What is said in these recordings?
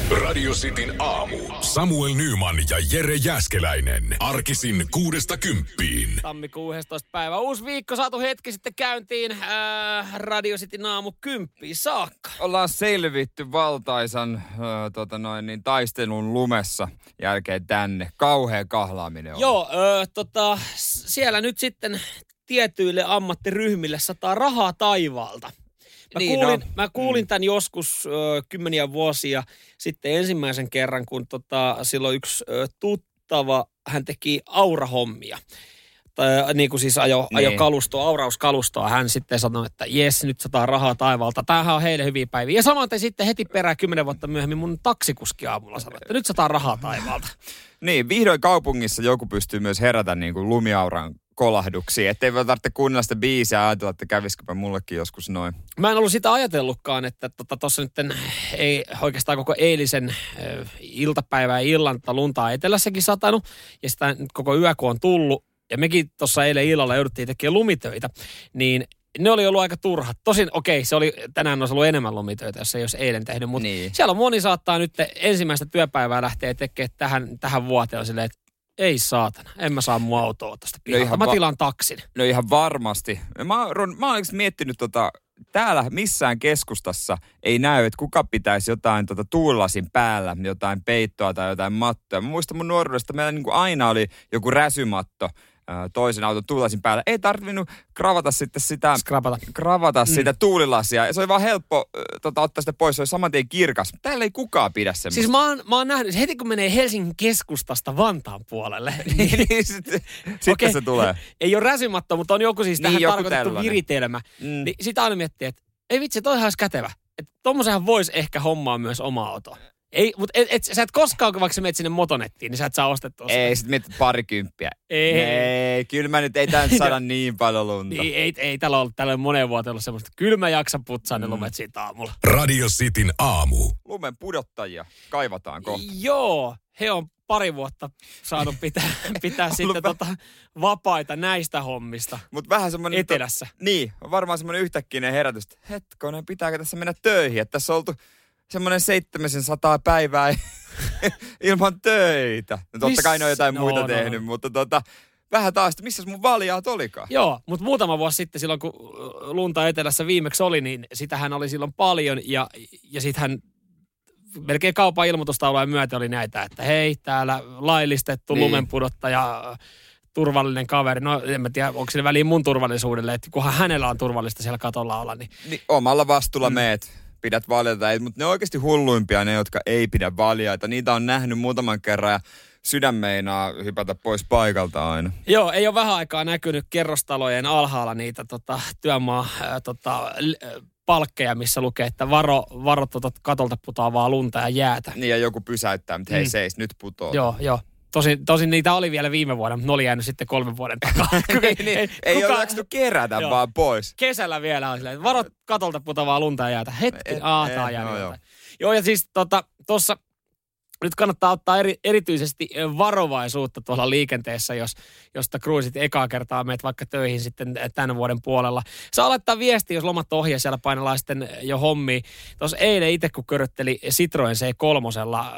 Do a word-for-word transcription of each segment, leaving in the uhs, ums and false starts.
Radio Cityn aamu. Samuel Nyman ja Jere Jääskeläinen. Arkisin kuudesta kymppiin. Tammikuun yhdestoista päivä. Uusi viikko saatu hetki sitten käyntiin. Äh, Radio Cityn aamu kymppiin saakka. Ollaan selvitty valtaisan äh, tota noin, niin taistelun lumessa jälkeen tänne. Kauhea kahlaaminen on. Joo, äh, tota, siellä nyt sitten tietyille ammattiryhmille sataa rahaa taivaalta. Mä, niin kuulin, no. mä kuulin mm. tämän joskus ö, kymmeniä vuosia sitten ensimmäisen kerran, kun tota, silloin yksi ö, tuttava, hän teki aurahommia. Tai, niin kuin siis ajo, niin. ajo kalustoa, aurauskalustoa. Hän sitten sanoi, että jes, nyt sataa rahaa taivaalta. Tämähän on heille hyviä päiviä. Ja samaten sitten heti perään kymmenen vuotta myöhemmin mun taksikuski aamulla sanoi, että nyt sataa rahaa taivaalta. Niin, vihdoin kaupungissa joku pystyy myös herätä niin kuin lumiauran kolahduksiin. Ettei voi tarvitse kuunnella sitä biisiä ja ajatella, että kävisikö mullekin joskus noin. Mä en ollut sitä ajatellutkaan, että tuossa tota, nyt ei oikeastaan koko eilisen äh, iltapäivää ja illan lunta etelässäkin satanut. Ja sitä koko yö kun on tullut, ja mekin tuossa eilen illalla jouduttiin tekemään lumitöitä, niin ne oli ollut aika turhat. Tosin okei, se oli, tänään olisi ollut enemmän lumitöitä, jos ei olisi eilen tehnyt, mutta niin. Siellä on moni saattaa nyt ensimmäistä työpäivää lähteä tekemään tähän, tähän vuoteen silleen, että ei saatana, en mä saa mun autoa tästä pihalta. No mä tilaan taksin. No ihan varmasti. Mä, oon, mä oon miettinyt tota, täällä missään keskustassa ei näy, että kuka pitäisi jotain tota, tuulilasin päällä, jotain peittoa tai jotain mattoa. Mä muistan mun nuoruudesta, meillä niin kuin aina oli joku räsymatto toisen auton tuulilasin päällä. Ei tarvinnut kravata sitten sitä, Skrapata. kravata mm. sitä tuulilasia. Ja se oli vaan helppo tota, ottaa sitä pois, se oli saman tien kirkas. Täällä ei kukaan pidä semmoista. Siis mä oon, mä oon nähnyt, heti kun menee Helsingin keskustasta Vantaan puolelle. niin, sitten, sitten okay. Se tulee. Ei ole räsymatto, mutta on joku siis niin, tähän joku tarkoitettu tällainen viritelmä. Mm. Niin sitä aina miettii, että ei vitsi, toihan olisi kätevä. Että tommosenhan voisi ehkä hommaa myös oma auto. Ei, mutta et, et, sä et koskaan, kun vaikka sä menet sinne motonettiin, niin sä et saa ostettua sitä. Ei, sit mietit parikymppiä. Ei. Ei, kyllä mä nyt ei tää saada niin paljon lunta. Niin, ei, ei täällä ole tällä moneen vuoteen ollut semmoista. Kyllä mä jaksan putsaa mm. ne lumet siitä aamulla. Radio Cityn aamu. Lumen pudottajia kaivataan kohta. Joo, he on pari vuotta saanut pitää, pitää sitten tota vapaita näistä hommista. Mut vähän semmonen etelässä. To, niin, on varmaan semmonen yhtäkkinen herätys, että hetkonen, pitääkö tässä mennä töihin? Että tässä on oltu semmoinen seitsemänsataa päivää ilman töitä. No totta kai ne on jotain no, muita no, tehnyt, no. mutta tota, vähän taas, että missäs mun valjaat olikaan? Joo, mutta muutama vuosi sitten silloin, kun lunta etelässä viimeksi oli, niin sitähän oli silloin paljon ja, ja sittenhän melkein kaupan ilmoitustaulujen myötä oli näitä, että hei, täällä laillistettu niin. lumenpudottaja, turvallinen kaveri. No en mä tiedä, onko sille väliin mun turvallisuudelle, että kunhan hänellä on turvallista siellä katolla olla. Niin, niin omalla vastuulla mm. meet. Pidät valjaita, mutta ne on oikeasti hulluimpia ne, jotka ei pidä valjaita. Niitä on nähnyt muutaman kerran ja sydän meinaa hypätä pois paikalta aina. Joo, ei ole vähän aikaa näkynyt kerrostalojen alhaalla niitä tota, työmaa ää, tota, palkkeja, missä lukee, että varo, varo tota, katolta putoavaa lunta ja jäätä. Niin ja joku pysäyttää, mutta hei mm. seis, nyt putoo. Joo, joo. Tosin, tosin niitä oli vielä viime vuonna, mutta ne oli jäänyt sitten kolmen vuoden takaa. niin, niin. Ei, ei kuka... ole jaksettu kerätä joo. vaan pois. Kesällä vielä on silleen, varot katolta putoavaa lunta ja jäätä. Hetki, aah, tää on jäänyt no, joo. joo, ja siis tuossa tota, nyt kannattaa ottaa eri, erityisesti varovaisuutta tuolla liikenteessä, jos, josta cruisit ekaa kertaa meet vaikka töihin sitten tämän vuoden puolella. Saa laittaa viesti, jos lomat ohjaa, siellä painellaan sitten jo hommia. Tuossa eilen itse, kun körötteli Citroen C kolme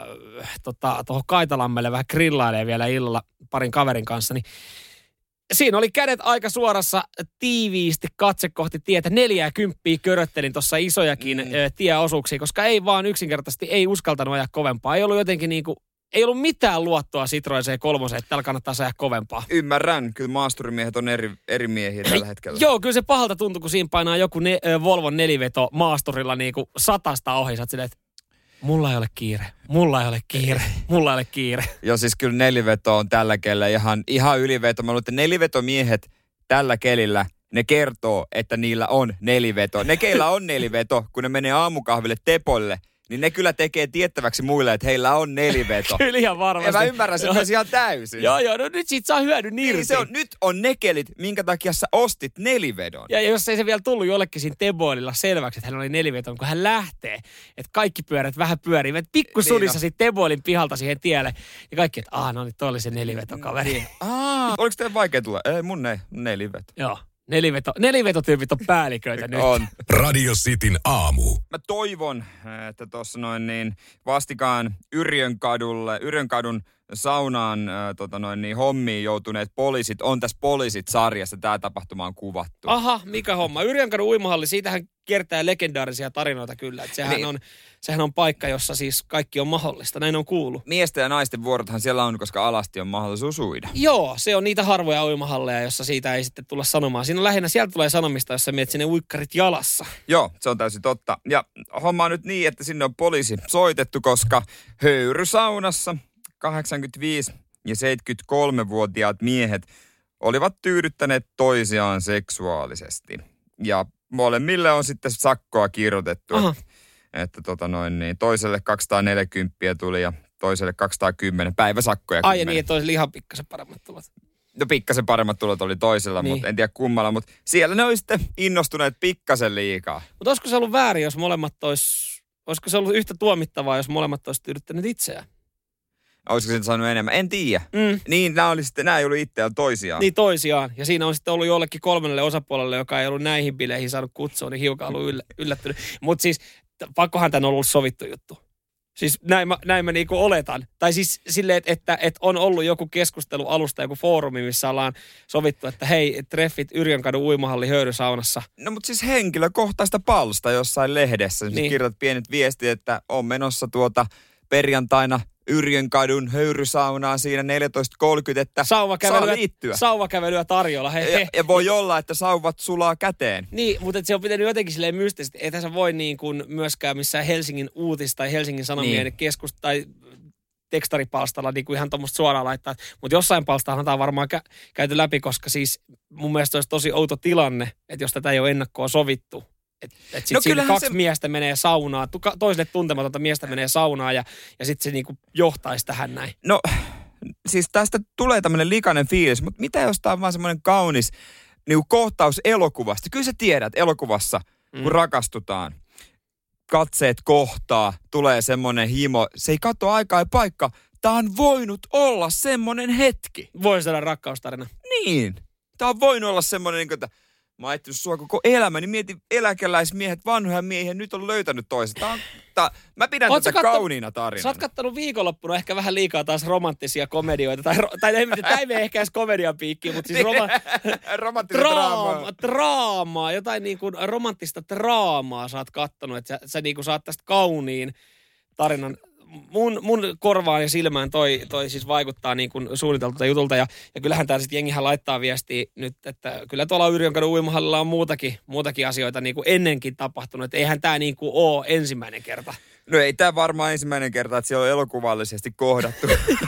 tota, tuohon Kaitalammelle vähän grillailee vielä illalla parin kaverin kanssa, niin siinä oli kädet aika suorassa, tiiviisti katse kohti tietä. Neljää kymppiä köröttelin tuossa isojakin mm. tieosuuksia, koska ei vaan yksinkertaisesti ei uskaltanut ajaa kovempaa. Ei ollut jotenkin niinku, ei ollut mitään luottoa Citroen C kolme, että täällä kannattaa ajaa kovempaa. Ymmärrän, kyllä maasturimiehet on eri, eri miehiä tällä hetkellä. Joo, kyllä se pahalta tuntui, kun siinä painaa joku ne, Volvon neliveto maasturilla niinku satasta ohi. Sä oot silleen, että mulla ei ole kiire, mulla ei ole kiire, mulla ei ole kiire. Joo, siis kyllä neliveto on tällä kelillä ihan, ihan yliveto. Mä luulen, että nelivetomiehet tällä kelillä, ne kertoo, että niillä on neliveto. Ne, keillä on neliveto, kun ne menee aamukahville Tepolle, niin ne kyllä tekee tiettäväksi muille, että heillä on neliveto. Kyllä ihan varmasti. Ja mä ymmärrän sen myös ihan täysin. Joo, joo, no nyt siitä saa hyödyn irti. Niin se on, nyt on ne kelit, minkä takia sä ostit nelivedon. Ja jos ei se vielä tullut jollekin siinä Teboililla selväksi, että hän oli neliveton, kun hän lähtee, että kaikki pyörät vähän pyörii, että pikku sunissa niin siitä Teboilin pihalta siihen tielle, ja kaikki, että aah, no niin, toi oli se nelivetokaveri. Niin. Aah, oliko teidän vaikea tulla? Ei, mun ei, neliveto. Joo. Neliveto, nelivetotyypit on päälliköitä nyt. On. Radio Cityn aamu. Mä toivon, että tuossa noin niin vastikaan Yrjönkadulle, Yrjönkadun saunaan äh, tota noin niin, hommiin joutuneet poliisit on tässä Poliisit-sarjassa. Tämä tapahtuma on kuvattu. Aha, mikä homma. Yrjönkadun uimahalli, siitähän kertaa legendaarisia tarinoita kyllä. Että sehän, niin. on, sehän on paikka, jossa siis kaikki on mahdollista. Näin on kuullut. Miesten ja naisten vuorothan siellä on, koska alasti on mahdollisuus uida. Joo, se on niitä harvoja uimahalleja, jossa siitä ei sitten tulla sanomaan. Siinä on lähinnä, sieltä tulee sanomista, jos sä mietit sinne uikkarit jalassa. Joo, se on täysin totta. Ja homma on nyt niin, että sinne on poliisi soitettu, koska höyrysaunassa kahdeksankymmentäviisi- ja seitsemänkymmentäkolmevuotiaat miehet olivat tyydyttäneet toisiaan seksuaalisesti. Ja molemmille on sitten sakkoa kirjoitettu, Aha. että, että tota noin, niin toiselle kaksisataaneljäkymmentä tuli ja toiselle kaksisataakymmenen päiväsakkoja. Ai ja niin, että toiselle ihan pikkasen paremmat tulot. No pikkasen paremmat tulot oli toisella, niin. Mutta en tiedä kummalla. Mutta siellä ne oli sitten innostuneet pikkasen liikaa. Mutta olisiko se ollut väärin, jos molemmat olis, olisiko se ollut yhtä tuomittavaa, jos molemmat olisi tyydyttäneet itseään? Olisiko sen saanut enemmän? En tiedä. Mm. Niin, nämä oli sitten, nämä ei ollut itseään toisiaan. Niin toisiaan. Ja siinä on sitten ollut jollekin kolmannelle osapuolelle, joka ei ollut näihin bileihin saanut kutsua, niin hiukan ollut yllä, yllättynyt. Mutta siis pakkohan tämän on ollut sovittu juttu. Siis näin mä, näin mä niinku oletan. Tai siis silleen, että, että, että on ollut joku keskustelu alusta, joku foorumi, missä ollaan sovittu, että hei, treffit Yrjönkadun uimahalli höyrysaunassa. No mutta siis henkilökohtaista palsta jossain lehdessä. Siis niin. Kirjoitat pienet viestit, että on menossa tuota perjantaina Yrjönkadun höyrysaunaan siinä neljätoista kolmekymmentä, että Sauvakävelyä, saa liittyä. Sauvakävelyä tarjolla. He, ja, he. ja voi olla, että sauvat sulaa käteen. Niin, mutta se on pitänyt jotenkin silleen mystisesti. Eihän sä voi niin kuin myöskään missään Helsingin uutis- tai Helsingin Sanomien niin. keskus- tai tekstaripalstalla niin kuin ihan tuommoista suoraan laittaa. Mutta jossain palstahan tämä on varmaan kä- käyty läpi, koska siis mun mielestä olisi tosi outo tilanne, että jos tätä ei ole ennakkoon sovittu. Että et sitten no siinä kaksi se... miestä menee saunaan, toiselle tuntematonta miestä menee saunaan ja, ja sitten se niinku johtaisi tähän näin. No siis tästä tulee tämmöinen likainen fiilis, mutta mitä jos tämä on vaan semmoinen kaunis niinku kohtaus elokuvasta? Kyllä sä tiedät elokuvassa, kun mm. rakastutaan, katseet kohtaa, tulee semmoinen himo, se ei katso aikaa ja paikka. Tämä on voinut olla semmoinen hetki. Voi saada rakkaustarina. Niin. Tämä on voinut olla semmoinen, niin kuin, että mä oon etsinyt sua koko elämäni. Mietin eläkeläismiehet, vanhoja miehiä, nyt on löytänyt toisen. Tää on, tää, mä pidän Oot tätä katso, kauniina tarinana. Sä oot kattanut viikonloppuna ehkä vähän liikaa taas romanttisia komedioita. Tai, tai ei, tämä ei mene ehkä edes komedian piikkiin, mutta siis roma, romanttista draamaa. Draama, draamaa, jotain niin kuin romanttista draamaa sä oot kattonut. Että sä, sä niin kuin saat tästä kauniin tarinan. Mun, mun korvaan ja silmään toi, toi siis vaikuttaa niin kuin suunniteltulta jutulta. Ja, ja kyllähän tää sitten jengihän laittaa viestiä nyt, että kyllä tuolla Yrjönkadun uimahallilla on muutakin, muutakin asioita niin kuin ennenkin tapahtunut. Että eihän tää niin kuin ole ensimmäinen kerta. No ei tää varmaan ensimmäinen kerta, että siellä on elokuvallisesti kohdattu.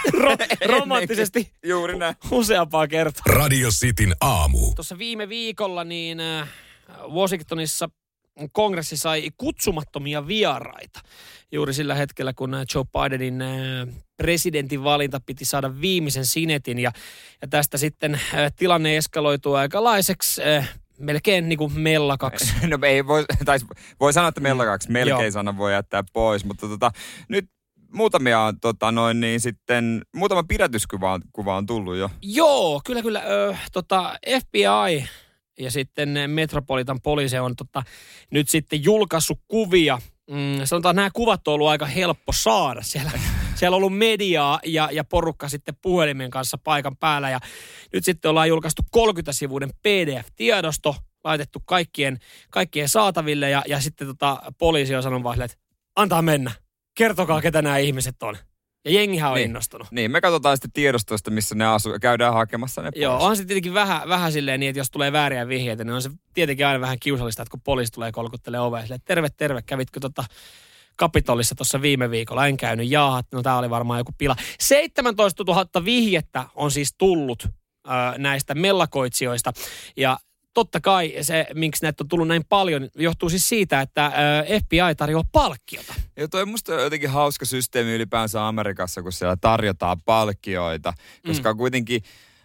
Ro- romanttisesti. Juuri näin. Useampaa kertaa. Radio Cityn aamu. Tuossa viime viikolla niin äh, Washingtonissa kongressi sai kutsumattomia vieraita. Juuri sillä hetkellä, kun Joe Bidenin presidentin valinta piti saada viimeisen sinetin. Ja, ja tästä sitten tilanne eskaloituu aikalaiseksi, melkein niin kuin mellakaksi. No ei voi, tai voi sanoa, että mellakaksi. Melkein mm, sana voi jättää pois, mutta tota, nyt muutamia tota noin niin sitten, muutama pidätyskuva on, kuva on tullut jo. Joo, kyllä kyllä. Ö, tota, F B I ja sitten Metropolitan poliisi on tota, nyt sitten julkaissut kuvia. Mm, sanotaan, että nämä kuvat on ollut aika helppo saada. Siellä, siellä on ollut mediaa ja, ja porukka sitten puhelimen kanssa paikan päällä. Ja nyt sitten ollaan julkaistu kolmekymmentä-sivuinen P D F-tiedosto, laitettu kaikkien, kaikkien saataville. Ja, ja sitten tota, poliisi on sanonut vaan, että antaa mennä. Kertokaa, ketä nämä ihmiset on. Ja jengihän on niin, innostunut. Niin, me katsotaan sitten tiedostoista, missä ne asuu, käydään hakemassa ne pois. Joo, on se tietenkin vähän, vähän silleen niin, että jos tulee vääriä vihjeitä, niin on se tietenkin aina vähän kiusallista, että kun poliisi tulee kolkuttelemaan oveen, silleen, terve, terve, kävitkö tota Kapitolissa tuossa viime viikolla? En käynyt, jaahat, no tää oli varmaan joku pila. seitsemäntoistatuhatta vihjettä on siis tullut äh, näistä mellakoitsijoista, ja totta kai se, miksi näitä on tullut näin paljon, johtuu siis siitä, että F B I tarjoaa palkkiota. Ja toi musta on jotenkin hauska systeemi ylipäänsä Amerikassa, kun siellä tarjotaan palkkioita, koska mm. kuitenkin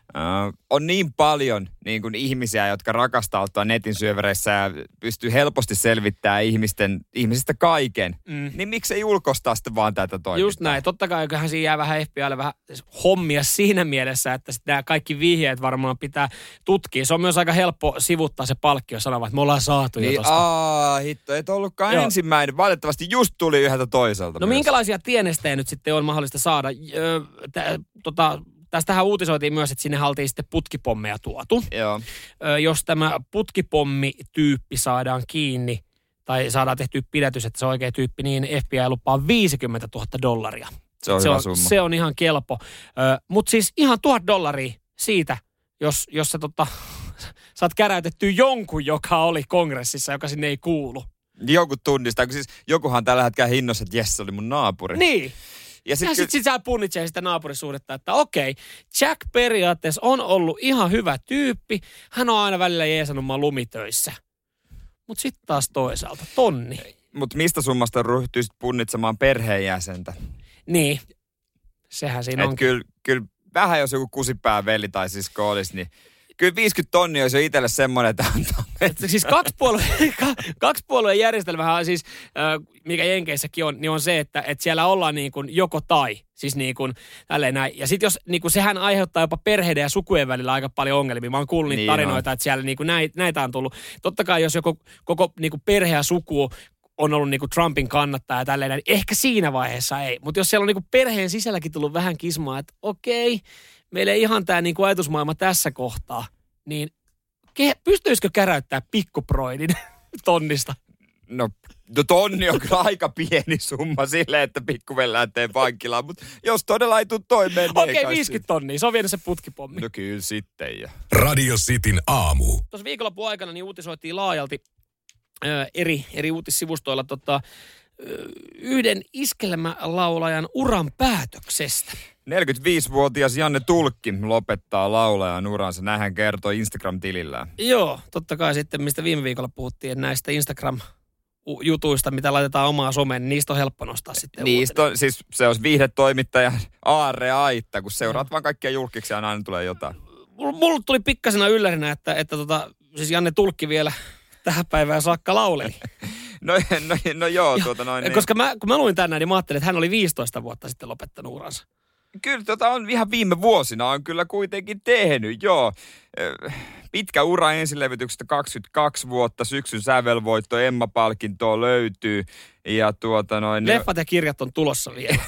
Uh, on niin paljon niin kuin ihmisiä, jotka rakastaa ottaa netin syövereissä ja pystyy helposti selvittämään ihmisten, ihmisistä kaiken. Mm. Niin miksei ulkoistaa sitten vaan tätä toimintaa? Just näin. Totta kai kyllähän siinä jää vähän F B I:lle vähän hommia siinä mielessä, että sitten nämä kaikki vihjeet varmaan pitää tutkia. Se on myös aika helppo sivuttaa se palkkio sanomaan, että me ollaan saatu niin, jo tosta. Aa, hitto, et ollutkaan Joo. ensimmäinen. Valitettavasti just tuli yhdeltä toiselta. No myös. Minkälaisia tienestejä nyt sitten on mahdollista saada? Öö, tä, tota... Tästähän uutisoitiin myös, että sinne haltiin sitten putkipommeja tuotu. Joo. Ö, jos tämä putkipommityyppi saadaan kiinni tai saadaan tehtyä pidätys, että se on oikea tyyppi, niin F B I lupaa viisikymmentätuhatta dollaria. Se on se hyvä on, summa. Se on ihan kelpo. Mutta siis ihan tuhat dollaria siitä, jos, jos sä tota, saat käräytettyä jonkun, joka oli kongressissa, joka sinne ei kuulu. Joku tunnistaa, kun siis jokuhan tällä hetkellä hinnossa, että jes, se oli mun naapuri. Niin. Ja sitten sit, sit sä punnitsee sitä naapurisuudetta, että okei, Jack periaatteessa on ollut ihan hyvä tyyppi. Hän on aina välillä jeesannut mua lumitöissä. Mutta sitten taas toisaalta, tonni. Mutta mistä summasta ryhtyisit punnitsemaan perheenjäsentä? Niin, sehän siinä on. Kyllä kyl, vähän jos joku kusipääveli tai sisko olisi, niin kyllä viisikymmentä tonnia olisi jo itselle semmoinen, että antaa mennä. Siis kaksipuolueen, kaksipuolueen järjestelmähän siis, mikä Jenkeissäkin on, niin on se, että, että siellä ollaan niin kuin joko tai. Siis niin kuin tälleen näin. Ja sitten jos, niin kuin sehän aiheuttaa jopa perheiden ja sukujen välillä aika paljon ongelmia. Mä oon kuullut niitä niin tarinoita, on. Että siellä niin kuin näitä, näitä on tullut. Totta kai jos joko, koko niin kuin perhe ja suku on ollut niinku Trumpin kannattaja ja tälleen, niin ehkä siinä vaiheessa ei. Mutta jos siellä on niinku perheen sisälläkin tullut vähän kismaa, että okei, meillä ei ihan tämä niinku ajatusmaailma tässä kohtaa, niin ke- pystyisikö käräyttää pikkuproidin tonnista? No, no tonni on kyllä aika pieni summa silleen, että pikkuveli lähtee vankilaan, mutta jos todella ei tule toimeen, niin okei, viisikymmentä tonnia, se on vienyt se putkipommi. No kyllä sitten. Ja. Radio Cityn aamu. Tuossa viikonlopun aikana niin uutisoitiin laajalti ö, eri, eri uutissivustoilla tota, ö, yhden iskelmälaulajan uran päätöksestä. neljäkymmentäviisivuotias Janne Tulkki lopettaa laulajan uransa, näin hän kertoi Instagram-tilillään. Joo, totta kai sitten, mistä viime viikolla puhuttiin, että näistä Instagram-jutuista, mitä laitetaan omaa someen, niin niistä on helppo nostaa sitten niistä on, siis se olisi viihdetoimittaja Aarre Aitta, kun seuraat vaan kaikkia julkiksi ja aina tulee jotain. Mulla tuli pikkasena yllärinä, että, että tota, siis Janne Tulkki vielä tähän päivään saakka lauleli. No, no, no joo, tuota noin. Niin. Koska mä, kun mä luin tänään, niin mä ajattelin, että hän oli viisitoista vuotta sitten lopettanut uransa. Kyllä tota on ihan viime vuosina on kyllä kuitenkin tehnyt, joo. Pitkä ura ensilevytyksestä kaksikymmentäkaksi vuotta, syksyn sävelvoitto, Emma-palkintoa löytyy ja tuota noin. Leffat ja kirjat on tulossa vielä.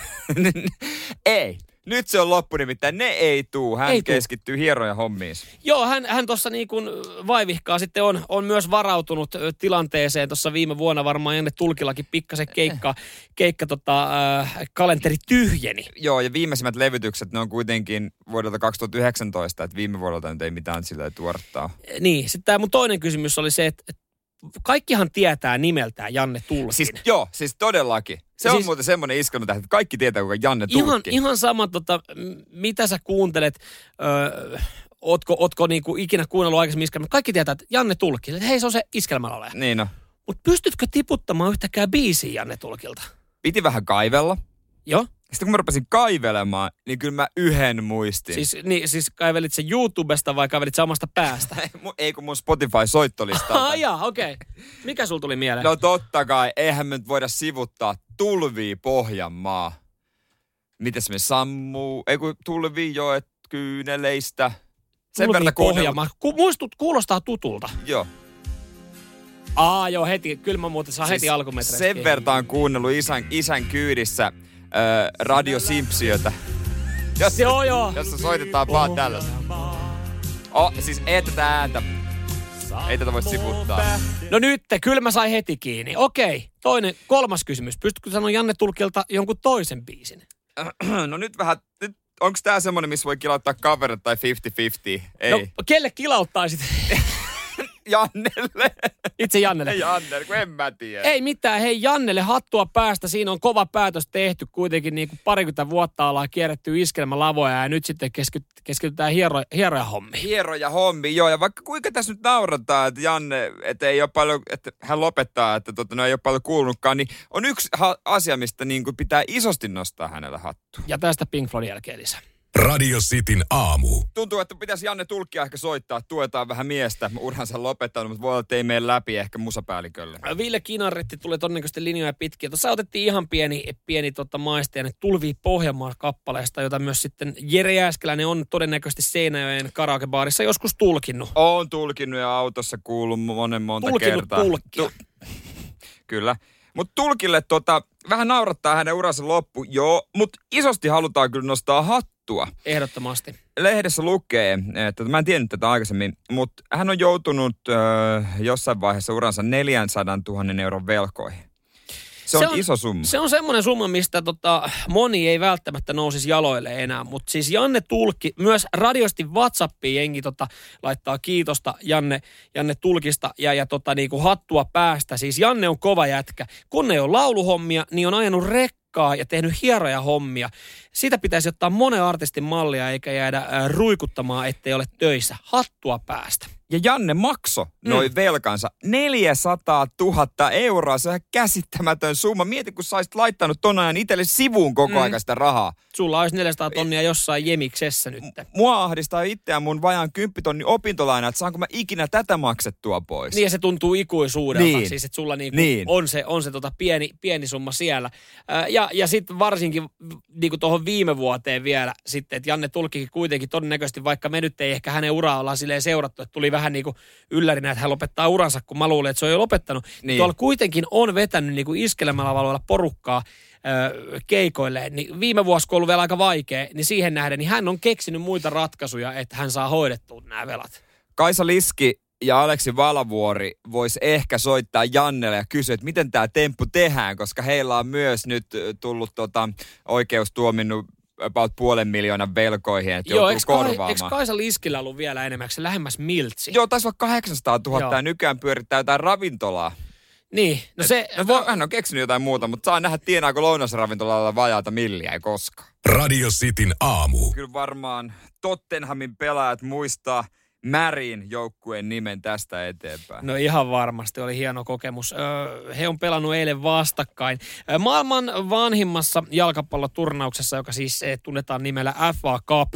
Ei. Nyt se on loppu nimittäin. Ne ei tuu. Hän ei keskittyy hieroja hommiin. Joo, hän, hän tuossa niin kuin vaivihkaa sitten on, on myös varautunut tilanteeseen. Tuossa viime vuonna varmaan Janne Tulkillakin pikkasen keikka, keikka tota, äh, kalenteri tyhjeni. Joo, ja viimeisimmät levytykset, ne on kuitenkin vuodelta kaksituhattayhdeksäntoista, että viime vuodelta nyt ei mitään sillä tuorttaa. Niin, sitten tämä mun toinen kysymys oli se, että kaikkihan tietää nimeltään Janne Tulkin. Siis, joo, siis todellakin. Se siis, on muuten semmoinen iskelmätähti, että kaikki tietää, kuka Janne Tulkki. Ihan, ihan sama, tota, mitä sä kuuntelet, öö, ootko, ootko niinku ikinä kuunnellut aikaisemmin iskelmää. Kaikki tietää, että Janne Tulkki, että hei, se on se iskelmälaulaja. Niin no. Mutta pystytkö tiputtamaan yhtäkään biisiä Janne Tulkilta? Piti vähän kaivella. Joo. Sitten kun mä rupesin kaivelemaan, niin kyllä mä yhden muistin. Siis, niin, siis kaivelit sen YouTubesta vai kaivelit sen omasta päästä? Ei kun mun Spotify-soittolistalta. Ah jaa, okei. Okay. Mikä sul tuli mieleen? No totta kai, eihän me nyt voida sivuttaa Tulvii Pohjanmaa. Mites me sammuu? Ei kun Tulvii joet kyyneleistä. Sen Tulvii Pohjanmaa. Ku, muistut, kuulostaa tutulta. Joo. Aa joo, heti. Kyllä mä muuten saa siis heti alkumetreistä. Sen vertaan kuunnellut isän, isän kyydissä Öö, Radio Simpsiötä. Se on joo. Jossa soitetaan vaan tällaista. Oh, siis ei tätä ääntä. Ei tätä voi sivuttaa. No nyt, kyllä mä sain heti kiinni. Okei, toinen, kolmas kysymys. Pystytkö sanoa Janne Tulkilta jonkun toisen biisin? No nyt vähän, nyt, onks tää semmonen, missä voi kilauttaa kaverit tai viisikymmentä viisikymmentä? Ei. No kelle kilauttaisit? Jannelle. Itse Jannelle. Jannelle, kun en mä tiedä. Ei mitään. Hei Jannelle, hattua päästä. Siinä on kova päätös tehty. Kuitenkin niin kuin parikymmentä vuotta ollaan kierretty iskelmälavoja ja nyt sitten keskitytään hiero, hieroja hommiin. Hieroja hommiin, joo. Ja vaikka kuinka tässä nyt naurataan, että Janne, että ei ole paljon, että hän lopettaa, että tota, no ei ole paljon kuulunutkaan, niin on yksi ha- asia, mistä niin kuin pitää isosti nostaa hänellä hattua. Ja tästä Pink Floydin jälkeen lisää. Radio Cityn aamu. Tuntuu, että pitäisi Janne Tulkkia ehkä soittaa, tuetaan vähän miestä. Uransa lopettanut, mutta voi olla, että ei mene läpi ehkä musapäällikölle. Ville Kinaretti tulee todennäköisesti linjoja pitkiä. Tuossa otettiin ihan pieni, pieni tota maisteinen Tulvii Pohjanmaan kappaleesta, jota myös sitten Jere Jääskeläinen on todennäköisesti Seinäjoen karaokebaarissa joskus tulkinnut. Oon tulkinnut ja autossa kuullut monen monta tulkinnut kertaa. Tulkkia. Tu- Kyllä. Mutta Tulkille tota, vähän naurattaa hänen uransa loppu, joo, mutta isosti halutaan kyllä nostaa hattua. Ehdottomasti. Lehdessä lukee, että mä en tiennyt tätä aikaisemmin, mutta hän on joutunut ö, jossain vaiheessa uransa neljänsadantuhannen euron velkoihin. Se on, se on iso summa. Se on semmoinen summa, mistä tota, moni ei välttämättä nousisi jaloille enää. Mutta siis Janne Tulkki, myös radiosti WhatsAppiin jengi tota, laittaa kiitosta Janne, Janne Tulkista ja, ja tota, niinku hattua päästä. Siis Janne on kova jätkä. Kun ei ole lauluhommia, niin on ajanut rekkaa ja tehnyt hieroja hommia. Siitä pitäisi ottaa monen artistin mallia eikä jäädä äh, ruikuttamaan, ettei ole töissä. Hattua päästä. Ja Janne makso noin mm. velkansa neljäsataatuhatta euroa. Se on ihan käsittämätön summa. Mieti, kun sä olisit laittanut ton ajan itselle sivuun koko mm. aika sitä rahaa. Sulla olisi neljäsataa tonnia jossain jemiksessä nyt. Mua ahdistaa itseään mun vajaan kymppitonnin opintolaina, että saanko mä ikinä tätä maksettua pois. Niin ja se tuntuu ikuisuudelta. Niin. Siis että sulla niinku niin. on se, on se tota pieni, pieni summa siellä. Ää, ja ja sitten varsinkin niinku tuohon viime vuoteen vielä sitten, että Janne Tulkkikin kuitenkin todennäköisesti, vaikka me nyt ei ehkä hänen uraa ollaan silleen seurattu, että tuli vähän niin kuin yllärinä, että hän lopettaa uransa, kun mä luulen, että se on jo lopettanut. Niin. Tuolla kuitenkin on vetänyt niin kuin iskelemällä valoilla porukkaa ö, keikoille. Niin viime vuosi, kun on ollut vielä aika vaikea, niin siihen nähden, niin hän on keksinyt muita ratkaisuja, että hän saa hoidettua nämä velat. Kaisa Liski ja Aleksi Valavuori vois ehkä soittaa Jannelle ja kysyä, että miten tämä temppu tehdään, koska heillä on myös nyt tullut tota, oikeus tuominnut about puolen miljoonan velkoihin, että joo, joutuu korvaamaan. Eikö Kaisa Liskillä ollut vielä enemmän, se lähemmäs miltsi? Joo, taisi olla kahdeksansataatuhatta ja nykyään pyörittää jotain ravintolaa. Niin, no se... Et, no, hän on keksinyt jotain muuta, mutta saa nähdä, tienaako lounasravintolalla vajaata milliä, ei koskaan. Radio Cityn aamu. Kyllä varmaan Tottenhamin pelaajat muistaa Märin joukkueen nimen tästä eteenpäin. No ihan varmasti, oli hieno kokemus. Öö, he on pelannut eilen vastakkain. Öö, maailman vanhimmassa jalkapalloturnauksessa, joka siis eh, tunnetaan nimellä F A Cup.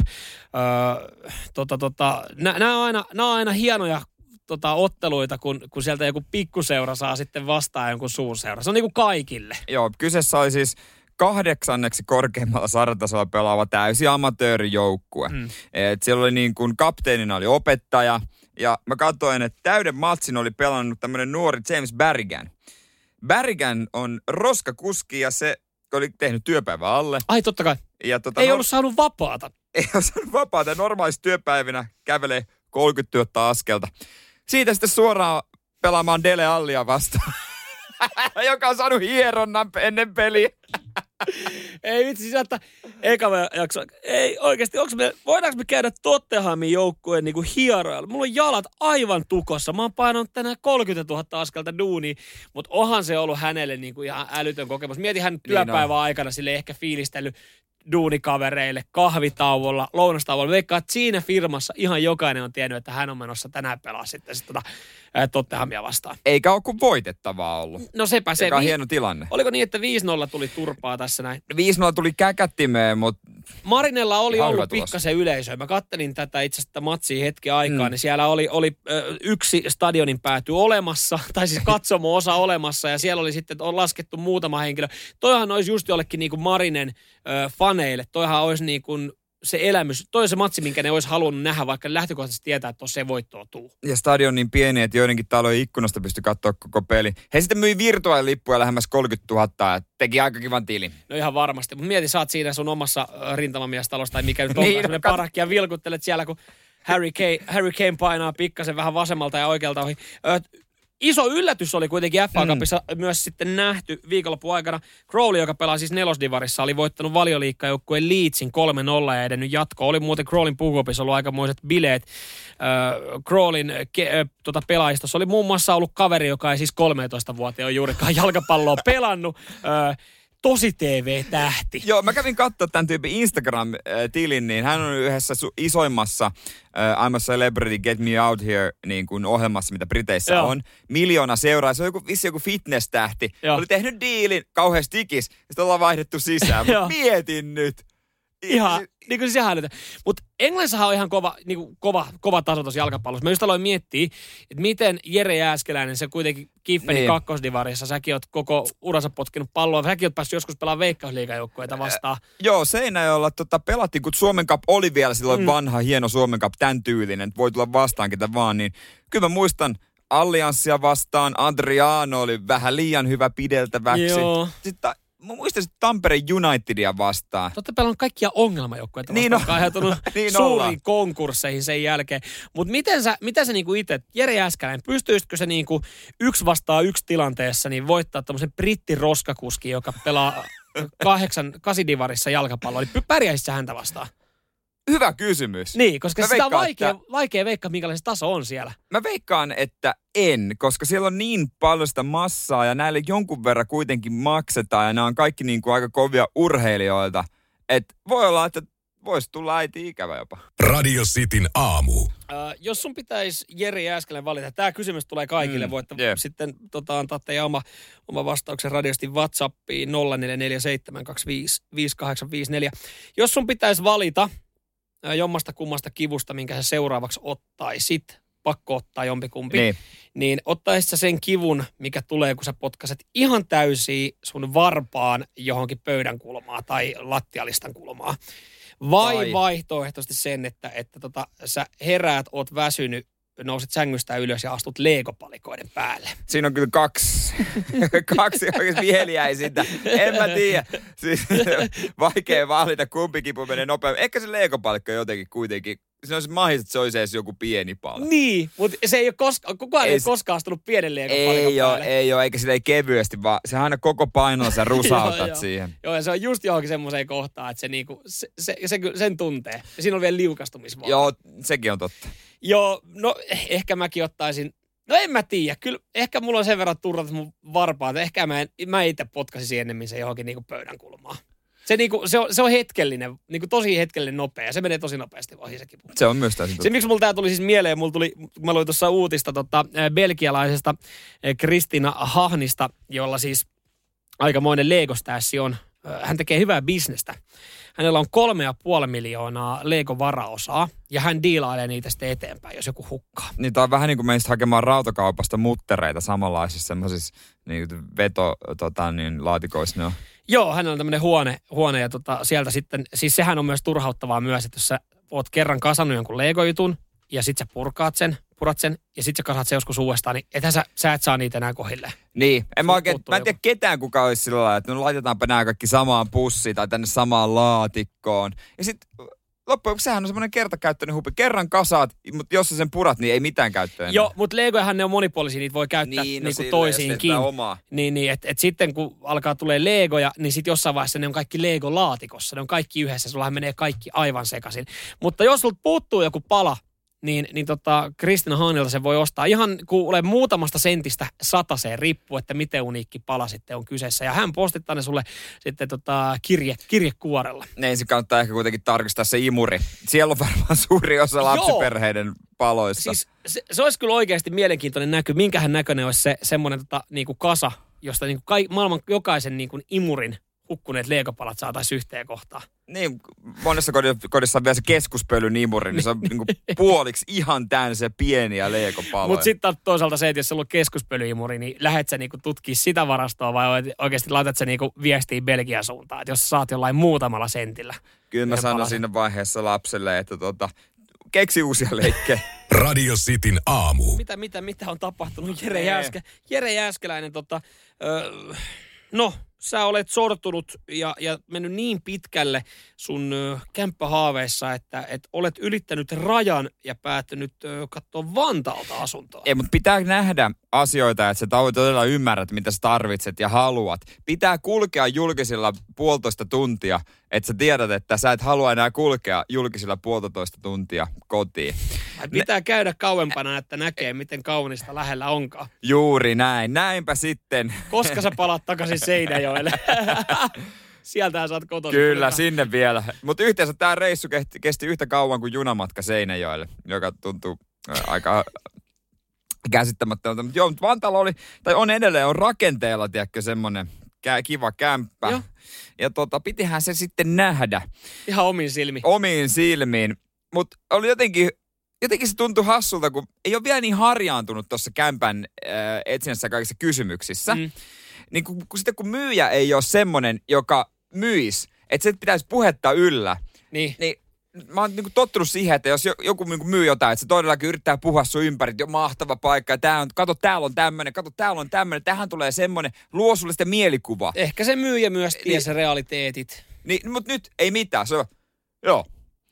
Öö, tota, tota, Nämä on aina, on aina hienoja tota, otteluita, kun, kun sieltä joku pikkuseura saa sitten vastaan jonkun suurseura. Se on niin kuin kaikille. Joo, kyseessä oli siis kahdeksanneksi korkeimmalla sarjatasolla pelaava täysi amatöörijoukkue. Mm. Et siellä oli niin kuin kapteenina oli opettaja ja mä katsoin, että täyden matsin oli pelannut tämmöinen nuori James Barrigan. Barrigan on roskakuski ja se oli tehnyt työpäivän alle. Ai totta kai. Ja tota, ei no, ollut saanut vapaata. Ei ollut saanut vapaata. Normaalissa työpäivinä kävelee kolmekymmentätuhatta askelta. Siitä sitten suoraan pelaamaan Dele Allia vastaan. Joka on saanut hieronnan ennen peliä. Ei vitsi, sieltä eka jakso. Ei oikeasti, me, voidaanko me käydä Tottenhamin joukkueen niinku hieroilla? Mulla on jalat aivan tukossa. Mä oon painanut tänään kolmekymmentätuhatta askelta duunia, mutta onhan se ollut hänelle niinku ihan älytön kokemus. Mietin hän työpäivän niin aikana sille ehkä fiilistellyt duunikavereille, kahvitauolla, lounastauolla. Veikkaa, että siinä firmassa ihan jokainen on tiennyt, että hän on menossa tänään pelaa sitten sit tota, Tottenhamia vastaan. Eikä ole kuin voitettavaa ollut. No sepä se. Eikä vi- hieno tilanne. Oliko niin, että viisi nolla tuli turpaa tässä näin? viisi nolla tuli käkättimeen, mutta Marinella oli ollut pikkasen yleisöä. Mä kattelin tätä itse asiassa matsia hetki aikaa, mm. niin siellä oli, oli ö, yksi stadionin pääty olemassa, tai siis katsomo-osa olemassa, ja siellä oli sitten on laskettu muutama henkilö. Toihan olisi just jollekin niin kuin Marinen ö, faneille, toihan olisi niin kuin se elämys, toi on se matsi, minkä ne olisi halunnut nähdä, vaikka ne lähtökohtaisesti tietää, että tuossa ei voittoa tuu. Ja stadion on niin pieni, että joidenkin talojen ikkunasta pystyi katsoa koko peli. He sitten myi virtuaalilippuja lähemmäs kolmekymmentätuhatta ja teki aika kivan tilin. No ihan varmasti, mutta mieti, sä oot siinä sun omassa rintamamiestalossa tai mikä nyt on, niin, semmoinen parakki ja vilkuttelet siellä, kun Harry Kane, Harry Kane painaa pikkasen vähän vasemmalta ja oikealta ohi. Ö, Iso yllätys oli kuitenkin F A Cupissa mm. myös sitten nähty viikonlopun aikana. Crowley, joka pelaa siis nelosdivarissa, oli voittanut Valioliigajoukkueen Leedsin kolme nolla ja edennyt jatkoon. Oli muuten Crowleyn pukuopissa ollut aikamoiset bileet. Äh, Crowleyn ke- äh, tota pelaajistossa oli muun muassa ollut kaveri, joka ei siis kolmetoista-vuotiaan ole juurikaan jalkapalloa pelannut. Äh, Tosi T V-tähti. Joo, mä kävin katsoa tämän tyypin Instagram-tilin, niin hän on yhdessä su- isoimmassa uh, I'm a Celebrity, Get Me Out Here niin kuin ohjelmassa, mitä Briteissä Joo. on. Miljoona seuraa. Se on joku, vissi joku fitness-tähti. Joo. Oli tehnyt diilin, kauhean stikis, ja sitten ollaan vaihdettu sisään. Mietin nyt. Ihan, niin kuin sehän nyt. Mutta Englannissahan on ihan kova, niin kuin kova, kova taso tuossa jalkapallossa. Mä just aloin miettiä, että miten Jere Jääskeläinen, se kuitenkin Kiffenin niin. kakkosdivarissa, säkin oot koko uransa potkinut palloa. Säkin oot päässyt joskus pelaamaan veikkausliigajoukkueita vastaan. Äh, joo, Seinäjoella tota, pelattiin, kun Suomen Cup oli vielä silloin mm. vanha, hieno Suomen Cup, tämän tyylinen, että voi tulla vastaan ketä vaan, niin kyllä mä muistan Allianssia vastaan, Adriano oli vähän liian hyvä pideltäväksi. Joo. Sitten mä muistan sitten Tampere Unitedia vastaan. Te olette pelannut kaikkia ongelmajoukkueita vastaan, niin jotka on aiheutunut niin suuriin konkursseihin sen jälkeen. Mutta miten sä, mitä sä niinku itse, Jere Jääskeläinen, pystyisikö se niinku yksi vastaan yksi tilanteessa niin voittaa tämmöisen brittiroskakuskin, joka pelaa kahdeksan, kasidivarissa jalkapalloa, niin pärjäisit sä häntä vastaan? Hyvä kysymys. Niin, koska mä sitä veikkaan, on vaikea, että... vaikea veikkaa, minkälainen se taso on siellä. Mä veikkaan, että en, koska siellä on niin paljon sitä massaa ja näille jonkun verran kuitenkin maksetaan ja nämä on kaikki niin kuin aika kovia urheilijoilta. Että voi olla, että voisi tulla äiti ikävä jopa. Radio Cityn aamu. Äh, jos sun pitäisi Jere Jääskeläinen valita, tämä kysymys tulee kaikille, mm, voitte yeah. sitten tota, antaa teidän oma, oma vastauksen radiosti WhatsAppiin nolla neljä neljä seitsemän kaksi viisi viisi kahdeksan viisi neljä. Jos sun pitäisi valita äh, jommasta kummasta kivusta, minkä sä seuraavaksi ottaisit, pakko ottaa jompikumpi, niin, niin ottaisit sä sen kivun, mikä tulee, kun sä potkaset ihan täysiä sun varpaan johonkin pöydän kulmaa tai lattialistan kulmaa. Vai Ai. vaihtoehtoisesti sen, että, että tota, sä heräät, oot väsynyt, nouset sängystä ylös ja astut leegopalikoiden päälle. Siinä on kyllä kaksi, kaksi oikeasti vielä jäi sitä. En mä tiedä. Siis, vaikea valita, kumpi kipu menee nopeammin. Ehkä se leegopalikko jotenkin kuitenkin. Se olisi mahdollista, että se olisi edes joku pieni pala. Niin, mutta se ei ole koskaan, kukaan ei, ei ole koskaan astunut pienen leegopalikon ei päälle. Ole, ei ole, eikä sillä ei kevyesti, vaan se aina koko painolla sä rusautat joo, siihen. Joo, ja se on just johonkin semmoiseen kohtaan, että se niinku, se, se, se, sen tuntee. Ja siinä on vielä liukastumisvaara. Joo, sekin on totta. Joo, no ehkä mäkin ottaisin, no en mä tiedä, kyllä ehkä mulla on sen verran turrat mun varpaat, ehkä mä, en, mä itse potkaisin ennemmin se johonkin niinku pöydän kulmaan. Se, niinku, se, on, se on hetkellinen, niinku tosi hetkellinen nopea, se menee tosi nopeasti ohi se kipu. Se on myös täysin. Se miksi mulla tää tuli siis mieleen, mulla tuli, kun mä luin tuossa uutista tota, belgialaisesta Kristina Hahnista, jolla siis aikamoinen Lego-stässi on. Hän tekee hyvää bisnestä. Hänellä on kolme ja puoli miljoonaa Lego-varaosaa ja hän diilailee niitä sitten eteenpäin, jos joku hukkaa. Niin tää on vähän niin kuin meistä hakemaan rautakaupasta muttereita samanlaisissa semmoisissa niin veto tota, niin, laatikoissa ne on. Joo, hänellä on tämmöinen huone, huone ja tota, sieltä sitten, siis sehän on myös turhauttavaa myös, että jos sä oot kerran kasannut jonkun Lego-jutun ja sit sä purkaat sen, purat sen ja sit sä kasat sen joskus uudestaan, niin ethän sä, sä et saa niitä enää kohille. Niin, en mä, oikein, mä en tiedä ketään kuka olisi sillä lailla, että no laitetaanpa nämä kaikki samaan pussiin tai tänne samaan laatikkoon. Ja sit loppujen lopuksi sehän on semmoinen kertakäyttöinen hupi. Kerran kasaat, mutta jos sä sen purat, niin ei mitään käyttöä enää. Joo, mutta Legojahan ne on monipuolisia, niitä voi käyttää niin, no niinku silleen, toisiinkin. Omaa. Niin, niin että et sitten kun alkaa tulee Legoja, niin sitten jossain vaiheessa ne on kaikki Lego-laatikossa. Ne on kaikki yhdessä, sullahan menee kaikki aivan sekaisin. Mutta jos sulta puuttuu joku pala, niin, niin tota, Kristina Hahnilta se voi ostaa ihan kuule muutamasta sentistä sataseen, riippuu, että miten uniikki pala sitten on kyseessä. Ja hän postittaa ne sulle sitten tota, kirje, kirjekuorella. Ne ensin kannattaa ehkä kuitenkin tarkistaa se imuri. Siellä on varmaan suuri osa lapsiperheiden paloissa. Siis se, se olisi kyllä oikeasti mielenkiintoinen näky. Minkähän näköinen olisi se semmoinen tota, niinku kasa, josta niinku kai, maailman jokaisen niinku imurin hukkuneet leegopalat saataisiin yhteen kohtaan. Niin, monessa kodissa on vielä se keskuspölyn imuri, niin se on niinku puoliksi ihan täynnä se pieniä leegopaloja. Mutta sitten toisaalta se, että jos sulla on keskuspölyimuri, niin lähdet sä niinku tutkia sitä varastoa vai oikeasti laitat sä niinku viestiä Belgian suuntaan, että jos sä saat jollain muutamalla sentillä. Kyllä mä sanon siinä vaiheessa lapselle, että tota, keksi uusia leikkejä. Radio Cityn aamu. Mitä, mitä, mitä on tapahtunut? Jere, Jääske, Jere Jääskeläinen, tota, öö, no... Sä olet sortunut ja, ja mennyt niin pitkälle sun ö, kämppähaaveissa, että et olet ylittänyt rajan ja päättänyt ö, katsoa Vantaalta asuntoa. Ei, mutta pitää nähdä asioita, että sä todella ymmärrät, mitä sä tarvitset ja haluat. Pitää kulkea julkisilla puolitoista tuntia, että sä tiedät, että sä et halua enää kulkea julkisilla puolitoista tuntia kotiin. Ai pitää ne... käydä kauempana, että näkee, miten kaunista lähellä onkaan. Juuri näin. Näinpä sitten. Koska sä palaat takaisin Seinäjoelle? Sieltähän sä oot kotona. Kyllä, sinne vielä. Mutta yhteensä tämä reissu kesti, kesti yhtä kauan kuin junamatka Seinäjoelle, joka tuntuu äh, aika käsittämättömältä. Mutta joo, mutta Vantaalla oli, tai on edelleen, on rakenteella, tiedätkö, semmoinen kiva kämppä. Joo. Ja tota, pitihän se sitten nähdä. Ihan omiin silmiin. Omiin silmiin. Mutta oli jotenkin, jotenkin se tuntui hassulta, kun ei ole vielä niin harjaantunut tuossa kämpän äh, etsinnässä kaikissa kysymyksissä. Mm. Niin kun, kun sitten kun myyjä ei ole semmoinen, joka myisi, että se pitäisi puhetta yllä. Niin. Niin mä oon niinku tottunut siihen, että jos joku niinku myy jotain, että se todellakin yrittää puhua sun ympäri, että jo mahtava paikka, ja tää on, kato täällä on tämmönen, kato täällä on tämmönen, tähän tulee semmonen, luo sulle sitä mielikuvaa. Ehkä se myyjä myös tiesi niin, realiteetit. Niin, mutta nyt ei mitään, se on, joo.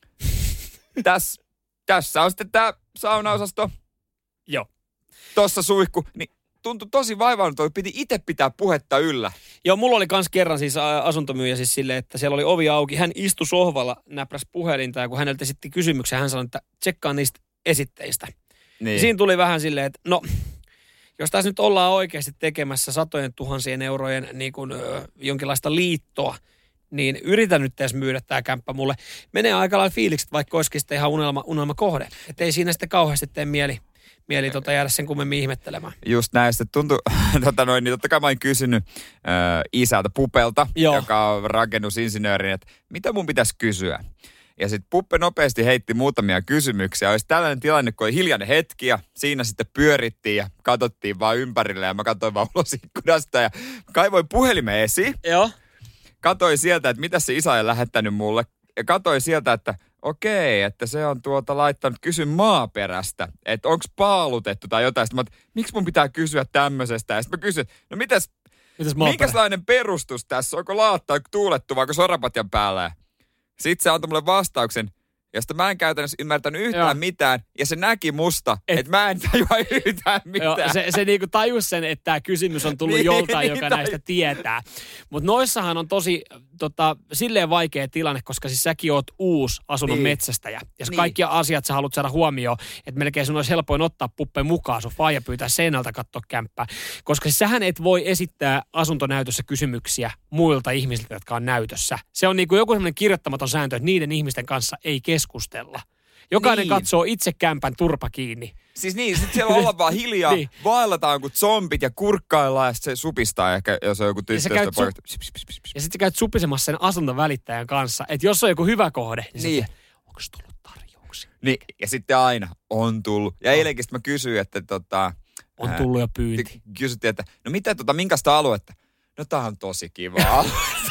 Täs, tässä on sitten tää saunaosasto. Joo. Tossa suihku, niin tuntui tosi vaivaannuttavaa, piti itse pitää puhetta yllä. Joo, mulla oli kans kerran siis asuntomyyjä siis silleen, että siellä oli ovi auki. Hän istui sohvalla, näpräsi puhelinta ja kun häneltä esitti kysymyksen, hän sanoi, että tsekkaa niistä esitteistä. Niin. Siinä tuli vähän silleen, että no, jos tässä nyt ollaan oikeasti tekemässä satojen tuhansien eurojen niin kuin, ö, jonkinlaista liittoa, niin yritän nyt edes myydä tämä kämppä mulle. Menee aika lailla fiilikset, vaikka olisikin sitten ihan unelma, unelma kohde. Että ei siinä sitten kauheasti tee mieli. Mieli tota jäädä sen kummemmin ihmettelemään. Just näin. Sitten tuntui, tota noin, niin totta kai mä olin kysynyt äh, isältä Pupelta, Joo. joka on rakennusinsinööri, että mitä mun pitäisi kysyä. Ja sitten Puppe nopeasti heitti muutamia kysymyksiä. Olisi tällainen tilanne, kun oli hiljainen hetki ja siinä sitten pyörittiin ja katsottiin vaan ympärille ja mä katsoin vaan ulos ikkunasta ja kaivoin puhelimen esiin. Joo. Katoin sieltä, että mitä se isä on lähettänyt mulle ja katoin sieltä, että okei, että se on tuota laittanut kysyn maaperästä, että onko paalutettu tai jotain. Sitten mä oot, miksi mun pitää kysyä tämmöisestä? Ja sitten mä kysyn, no mitäs, mitäs minkälainen perustus tässä? Onko laatta tuulettu vai onko sorapatjan päällä? Sitten se antoi mulle vastauksen, josta mä en käytännössä ymmärtänyt yhtään Joo. mitään. Ja se näki musta, että et mä en tajua yhtään mitään. Joo, se se niinku tajus sen, että tämä kysymys on tullut niin, joltain, niin, joka tai... näistä tietää. Mutta noissahan on tosi tota, silleen vaikea tilanne, koska siis säkin oot uusi asunnon niin. metsästäjä. Ja niin. kaikki asiat sä haluat saada huomioon, että melkein sun olisi helpoin ottaa Puppe mukaan sun faija pyytää seinältä katsoa kämppää. Koska siis sähän et voi esittää asuntonäytössä kysymyksiä muilta ihmisiltä, jotka on näytössä. Se on niinku joku sellainen kirjoittamaton sääntö, että niiden ihmisten kanssa ei keskustella. Jokainen niin. katsoo itse kämpän turpa kiinni. Siis niin, sit siellä ollaan vaan hiljaa, niin. vaellataan kuin zombit ja kurkkaillaan ja se supistaa ehkä, jos on joku tyttö. Ja, su- ja sit sä käyt supisemassa sen asuntovälittäjän kanssa, että jos on joku hyvä kohde, niin, niin. Sitten, onko tullut tarjouksia? Niin, ja sitten aina on tullut. Ja eilenkin mä kysyin, että tota... On tullut jo pyynti. Kysyttiin, että no mitä tota, minkästä aluetta? No tää on tosi kiva.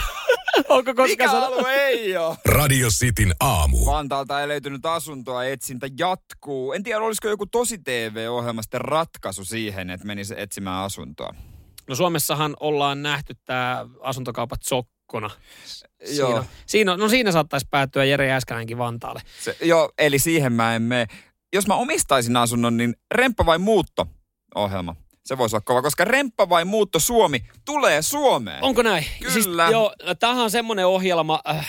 Onko koska mikä sana... alue ei ole? Radio Cityn aamu. Vantaalta ei löytynyt asuntoa, etsintä jatkuu. En tiedä, olisiko joku tosi T V-ohjelma sitten ratkaisu siihen, että menisi etsimään asuntoa. No Suomessahan ollaan nähty tää asuntokaupat sokkona. Joo. Siinä, siinä, no siinä saattaisi päättyä Jere Jääskeläinenkin Vantaalle. Se, joo, eli siihen mä en mene. Jos mä omistaisin asunnon, niin remppa vai muutto ohjelma. Se voisi olla kova, koska remppa vai muutto Suomi tulee Suomeen. Onko näin? Kyllä. Siis, joo, tämähän on semmoinen ohjelma, äh,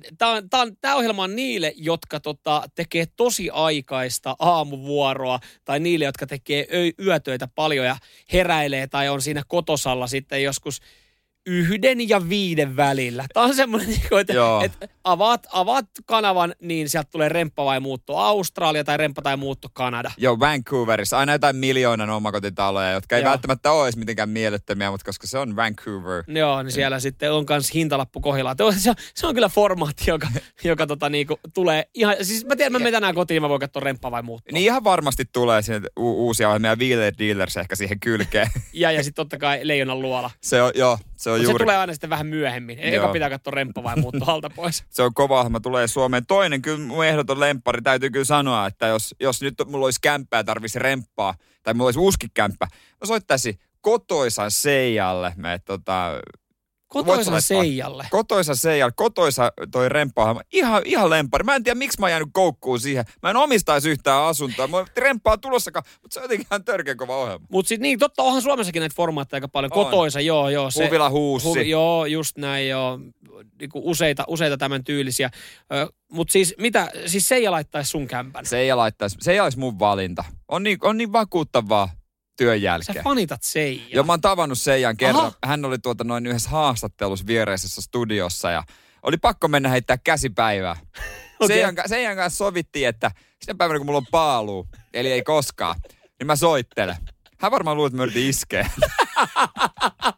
tämä ohjelma on niille, jotka tota, tekee tosi aikaista aamuvuoroa, tai niille, jotka tekee yötöitä paljon ja heräilee, tai on siinä kotosalla sitten joskus yhden ja viiden välillä. Tämä on semmoinen, että, että avaat, avaat kanavan, niin sieltä tulee remppa vai muutto Australia tai remppa tai muutto Kanada. Joo, Vancouverissa. Aina jotain miljoonan omakotitaloja, jotka ei Joo. välttämättä ole edes mitenkään mielettömiä, mutta koska se on Vancouver. Joo, niin siellä sitten on myös hintalappu kohdillaan. Se on, se on kyllä formaatti, joka, joka tota niinku tulee ihan... Siis mä tiedän, mä menen tänään kotiin, mä voin katsoa remppa vai muutto. Niin ihan varmasti tulee sinne u- uusia ohjelmia, Wheeler Dealers ehkä siihen kylkeen. ja ja sitten totta kai Leijonan luola. Se on, joo. Se, on juuri... se tulee aina sitten vähän myöhemmin. Eka pitää katsoa remppa vai muutto alta pois. Se on kova ohjelma, tulee Suomeen. Toinen kyllä mun ehdoton lemppari, täytyy kyllä sanoa, että jos, jos nyt mulla olisi kämppää, tarvitsisi remppaa, tai mulla olisi uskikämppä, mä soittaisin Kotoisan Seijalle. Me, tota, Kotoisan Seijalle? Kotoisan Seijalle. Kotoisa toi remppa-ohjelma. Ihan, ihan lemppari. Mä en tiedä, miksi mä oon jäänyt koukkuun siihen. Mä en omistaisi yhtään asuntoa. Mä remppaa tulossakaan, mutta se on jotenkin ihan törkeän kova ohjelma. Mutta sitten niin, totta, onhan Suomessakin näitä formaatteja aika paljon. On. Kotoisa, joo, joo. Se, Huvila Huussi. Hu, joo, just näin, joo. Niinku useita, useita tämän tyylisiä. Mutta siis mitä, siis Seija laittaisi sun kämpän? Seija laittaisi, Seija olisi mun valinta. On niin, on niin vakuuttavaa työn jälkeen. Sä fanitat Seijaa. Joo, mä oon tavannut Seijan kerran. Aha. Hän oli tuota noin yhdessä haastattelussa viereisessä studiossa ja oli pakko mennä heittää käsipäivää. Okay. Seijan, Seijan kanssa sovittiin, että sinä päivänä kun mulla on paaluu, eli ei koskaan, niin mä soittelen. Hän varmaan luulee, että mä yritin iskeä.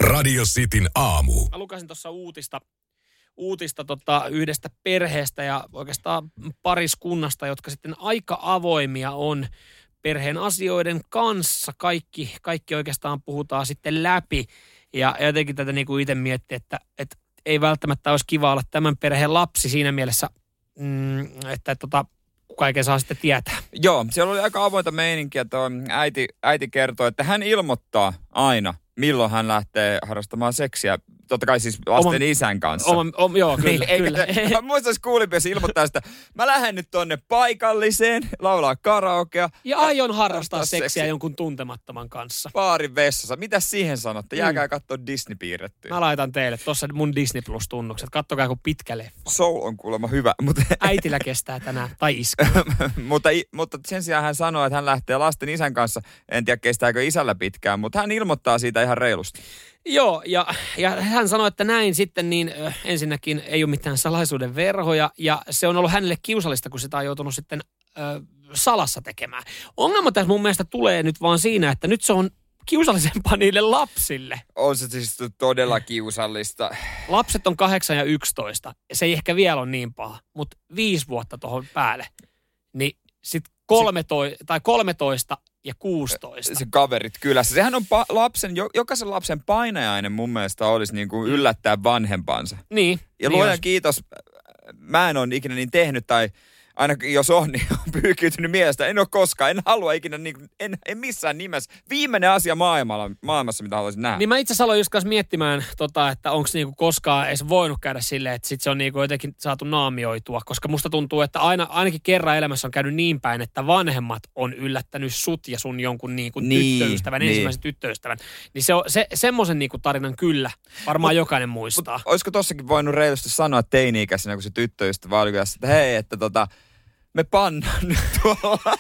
Radio Cityn aamu. Mä lukasin tuossa uutista, uutista tota yhdestä perheestä ja oikeastaan pariskunnasta, jotka sitten aika avoimia on perheen asioiden kanssa. Kaikki, kaikki oikeastaan puhutaan sitten läpi. Ja jotenkin tätä niin kuin itse miettii, että, että ei välttämättä olisi kiva olla tämän perheen lapsi siinä mielessä, mm, että tota, kaiken saa sitten tietää. Joo, siellä oli aika avointa meininkiä. Tuo äiti, äiti kertoi, että hän ilmoittaa aina, milloin hän lähtee harrastamaan seksiä. Totta kai siis lasten Oma, isän kanssa. Oma, om, joo, kyllä. niin, kyllä. Mä muistan, että kuulipiesi ilmoittaa sitä, mä lähden nyt tonne paikalliseen, laulaa karaokea. Ja aion harrastaa seksiä seksi. jonkun tuntemattoman kanssa. Baarin vessassa. Mitäs siihen sanotte? Jääkää mm. katsoa Disney-piirrettyjä. Mä laitan teille tuossa mun Disney Plus-tunnukset. Kattokaa, kun pitkä leffa. Soul on kuulemma hyvä. Mutta äitillä kestää tänään, tai iskä. mutta, mutta sen sijaan hän sanoi, että hän lähtee lasten isän kanssa. En tiedä, kestääkö isällä pitkään, mutta hän ilmoittaa siitä ihan reilusti. Joo, ja, ja hän sanoi, että näin sitten niin äh, ensinnäkin ei ole mitään salaisuuden verhoja, ja se on ollut hänelle kiusallista, kun sitä on joutunut sitten äh, salassa tekemään. Ongelma tässä mun mielestä tulee nyt vaan siinä, että nyt se on kiusallisempaa niille lapsille. On se siis todella kiusallista. Lapset on kahdeksan ja yksitoista, se ei ehkä vielä ole niin paha, mutta viisi vuotta tuohon päälle, niin sitten kolmetoista, tai kolmetoista ja kuusitoista. Se kaverit kylässä. Sehän on pa- lapsen, jokaisen lapsen painajainen mun mielestä olisi niin kuin yllättää vanhempansa. Niin. Ja niin luojan jos. kiitos, mä en ole ikinä niin tehnyt, tai ainakin jos on, niin on pyyhkiytynyt mielestä. En ole koskaan, en halua ikinä, niin, en, en missään nimessä. Viimeinen asia maailmalla, maailmassa, mitä haluaisin nähdä. Niin mä itse asiassa aloin just kanssa miettimään, tota, että onko niinku koskaan edes voinut käydä silleen, että sit se on niinku jotenkin saatu naamioitua. Koska musta tuntuu, että aina, ainakin kerran elämässä on käynyt niin päin, että vanhemmat on yllättänyt sut ja sun jonkun niinku niin, tyttöystävän, niin. ensimmäisen tyttöystävän. Niin se on se, semmoisen niinku tarinan kyllä varmaan mut, jokainen muistaa. Mut, olisiko tossakin voinut reilusti sanoa teini-ikäisenä, kun se tyttöystävä oli että hei, että tota... Me pannaan nyt tuolla.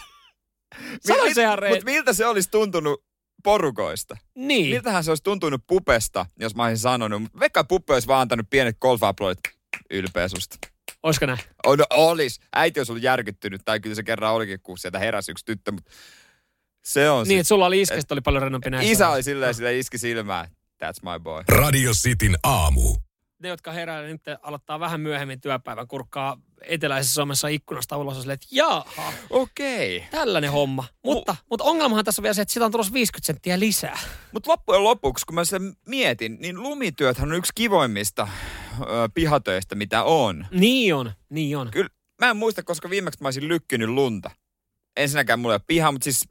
Sanoin se ihan Mutta miltä se olisi tuntunut porukoista? Niin. Miltähän se olisi tuntunut pupesta, jos mä olisin sanonut. Veikka puppe olisi vaan antanut pienet golf-aplodit. Ylpeä susta. Olisiko näin? Oh, no olis. Äiti olisi ollut järkyttynyt. Tai kyllä se kerran olikin, kun sieltä heräsi yksi tyttö. Mutta se on niin, sit... että sulla oli iskestä, oli paljon rennompi näissä. Isä oli silleen, sille iski silmään. That's my boy. Radio Cityn aamu. Ne, jotka herää nyt aloittaa vähän myöhemmin työpäivän, kurkkaa eteläisessä Suomessa ikkunasta ulos ja silleen, että jaha. Okei. Okay. Tällainen homma. Mutta, M- mutta ongelmahan tässä on vielä se, että sitä on tulossa viisikymmentä senttiä lisää. Mutta loppujen lopuksi, kun mä sitä mietin, niin lumityöthän on yksi kivoimmista ö, pihatöistä, mitä on. Niin on, niin on. Kyllä, mä en muista, koska viimeksi mä olisin lykkinyt lunta. Ensinnäkään mulla ei ole piha, mutta siis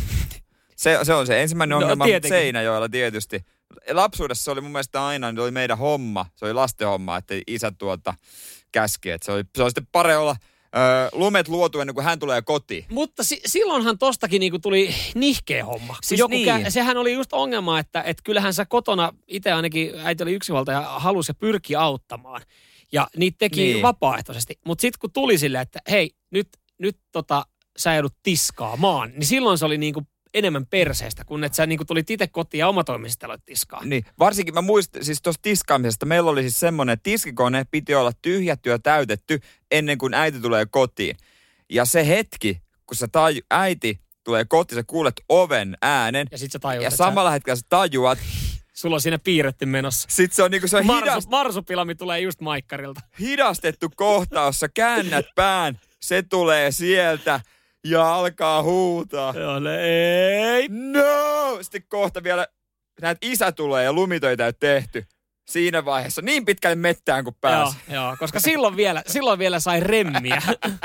se, se on se ensimmäinen ongelma, no, Seinäjoella tietysti. Lapsuudessa se oli mun mielestä aina, niin oli meidän homma, se oli lasten homma, että isä tuolta käski, että se oli, se oli sitten pare olla ö, lumet luotu ennen kuin hän tulee kotiin. Mutta si- silloinhan tostakin niinku tuli nihkeä homma. Siis joku niin. kä- sehän oli just ongelma, että et kyllähän sä kotona, itse ainakin äiti oli yksinhuoltaja ja halusi ja pyrki auttamaan. Ja niitä teki niin. vapaaehtoisesti. Mutta sitten kun tuli silleen, että hei, nyt, nyt tota, sä joudut tiskaamaan, niin silloin se oli niinku enemmän perseestä, kun et sä niinku tulit itse kotiin ja omatoimisesti aloit tiskaa. Niin, varsinkin mä muistin siis tuosta tiskaamisesta, meillä oli siis semmoinen, että tiskikone piti olla tyhjätty ja täytetty ennen kuin äiti tulee kotiin. Ja se hetki, kun sä taju, äiti tulee kotiin, sä kuulet oven äänen. Ja sit sä tajuat, ja samalla sä... hetkellä sä tajuat. Sulla on siinä piirretty menossa. Sitten se on niinku se on Marsu, hidast... Marsupilami tulee just maikkarilta. Hidastettu kohtaus, sä käännät pään, se tulee sieltä. Ja alkaa huutaa. Joo, ne ei. No! Sitten kohta vielä näet isä tulee ja lumitöitä ei tehty. Siinä vaiheessa niin pitkälle mettään kuin pääsi. Joo, joo, koska silloin vielä, silloin vielä sai remmiä.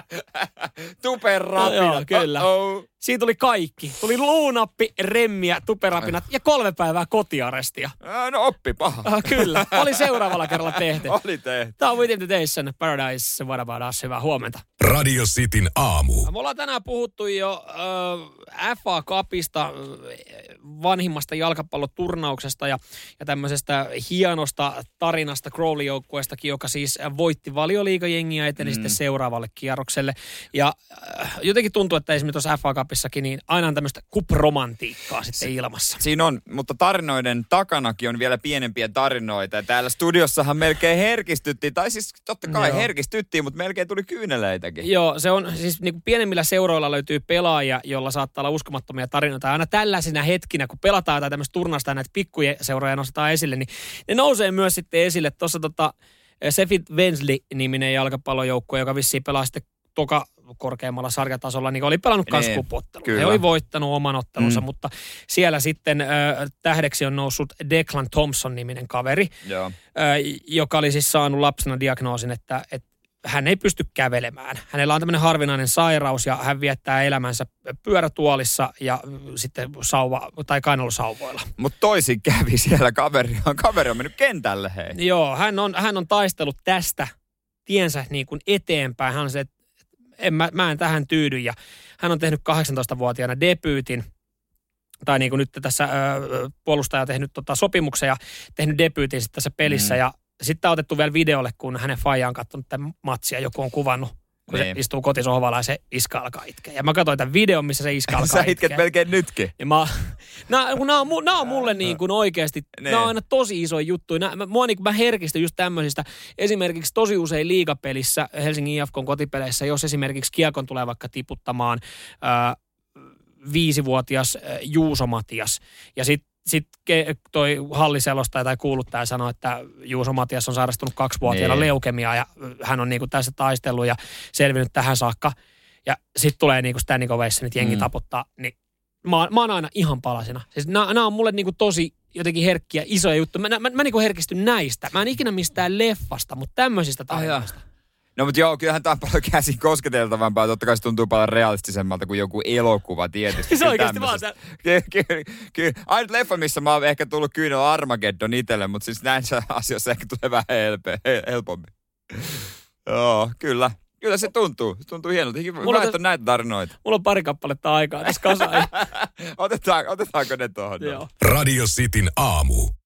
Tuperapinat. Joo, kyllä. Uh-oh. Siinä tuli kaikki. Tuli luunappi, remmiä, tuperapinat ja kolme päivää kotiarestia. No oppi paha. Ah, kyllä. Oli seuraavalla kerralla tehty. Oli tehty. Tämä on Within Temptation, Paradise, What About Us. Hyvää huomenta. Radio Cityn aamu. Me ollaan tänään puhuttu jo äh, F A Cupista, äh, vanhimmasta jalkapalloturnauksesta ja, ja tämmöisestä hienosta tarinasta Crowley-joukkueestakin, joka siis voitti Valioliigajengiä ja eteni mm. sitten seuraavalle kierrokselle. Ja äh, jotenkin tuntuu, että esimerkiksi tuossa F A Cupissa Cupissakin, niin aina on tämmöistä cup-romantiikkaa sitten ilmassa. Siinä on, mutta tarinoiden takanakin on vielä pienempiä tarinoita. Ja täällä studiossahan melkein herkistyttiin, tai siis totta kai Joo. herkistyttiin, mutta melkein tuli kyyneleitäkin. Joo, se on siis niin kuin pienemmillä seuroilla löytyy pelaajia, jolla saattaa olla uskomattomia tarinoita. Aina tällaisina hetkinä, kun pelataan tai tämmöistä turnasta ja näitä pikkuja seuroja nostetaan esille, niin ne nousee myös sitten esille. Tuossa tota Sheffield Wednesday-niminen jalkapallojoukkue, joka vissiin pelaa sitten toka korkeammalla sarjatasolla, niin oli pelannut kans kupottelua. He oli voittanut oman ottelunsa, mm. mutta siellä sitten äh, tähdeksi on noussut Declan Thompson-niminen kaveri, äh, joka oli siis saanut lapsena diagnoosin, että, että hän ei pysty kävelemään. Hänellä on tämmöinen harvinainen sairaus ja hän viettää elämänsä pyörätuolissa ja sitten sauva tai kainalosauvoilla. Mutta toisin kävi siellä, kaveri on, kaveri on mennyt kentälle, hei. Joo, hän on, hän on taistellut tästä tiensä niin kuin eteenpäin. Hän on se, että en, mä, mä en tähän tyydy ja hän on tehnyt kahdeksantoistavuotiaana debyytin. Tai niin kuin nyt tässä ö, puolustaja on tehnyt tota sopimuksen ja tehnyt debyytin sitten tässä pelissä mm. ja sitten on otettu vielä videolle, kun hänen faija on katsonut tämän matsia, joku on kuvannut, kun niin. se istuu kotisohvalla ja se iska alkaa itkeä. Ja mä katsoin tämän videon, missä se iska alkaa itkeä. Sä itket itkeä. Melkein nytkin. Ja mä, nää, nää, on, nää on mulle niin kuin oikeasti, niin. Nää on aina tosi isoja juttuja. Nää, mä, mua niin kuin mä herkistyn just tämmöisistä. Esimerkiksi tosi usein liigapelissä, Helsingin I F K:n kotipeleissä, jos esimerkiksi kiekon tulee vaikka tiputtamaan ää, viisivuotias ää, Juuso Matias ja sitten Sitten toi halliselostaja tai kuuluttaja sanoi, että Juuso Matias on sairastunut kaksivuotiaana niin. leukemiaa ja hän on niinku tässä taistellut ja selvinnyt tähän saakka. Ja sitten tulee niinku standing ovation, että jengi mm. taputtaa. Niin mä, mä oon aina ihan palasena. Siis nämä on mulle niinku tosi jotenkin herkkiä, isoja juttuja. Mä, mä, mä niinku herkistyn näistä. Mä en ikinä mistään leffasta, mutta tämmöisistä tarinoista. No mutta joo, kyllähän tämä on paljon käsin kosketeltavampaa. Totta kai se tuntuu paljon realistisemmalta kuin joku elokuva tietysti. Se oikeasti vaan se. Kyllä, kyllä, kyllä. Ainut leffa, missä mä oon ehkä tullut kyynel Armageddon itselle, mutta siis näissä asioissa ehkä tulee vähän helpe, helpommin. Joo, kyllä. Kyllä se tuntuu. Se tuntuu hienolta. Hyvä, että on näitä tarinoita. Mulla on pari kappaletta aikaa tässä kasaan. Otetaan, otetaanko ne tuohon? Joo. Radio Cityn aamu.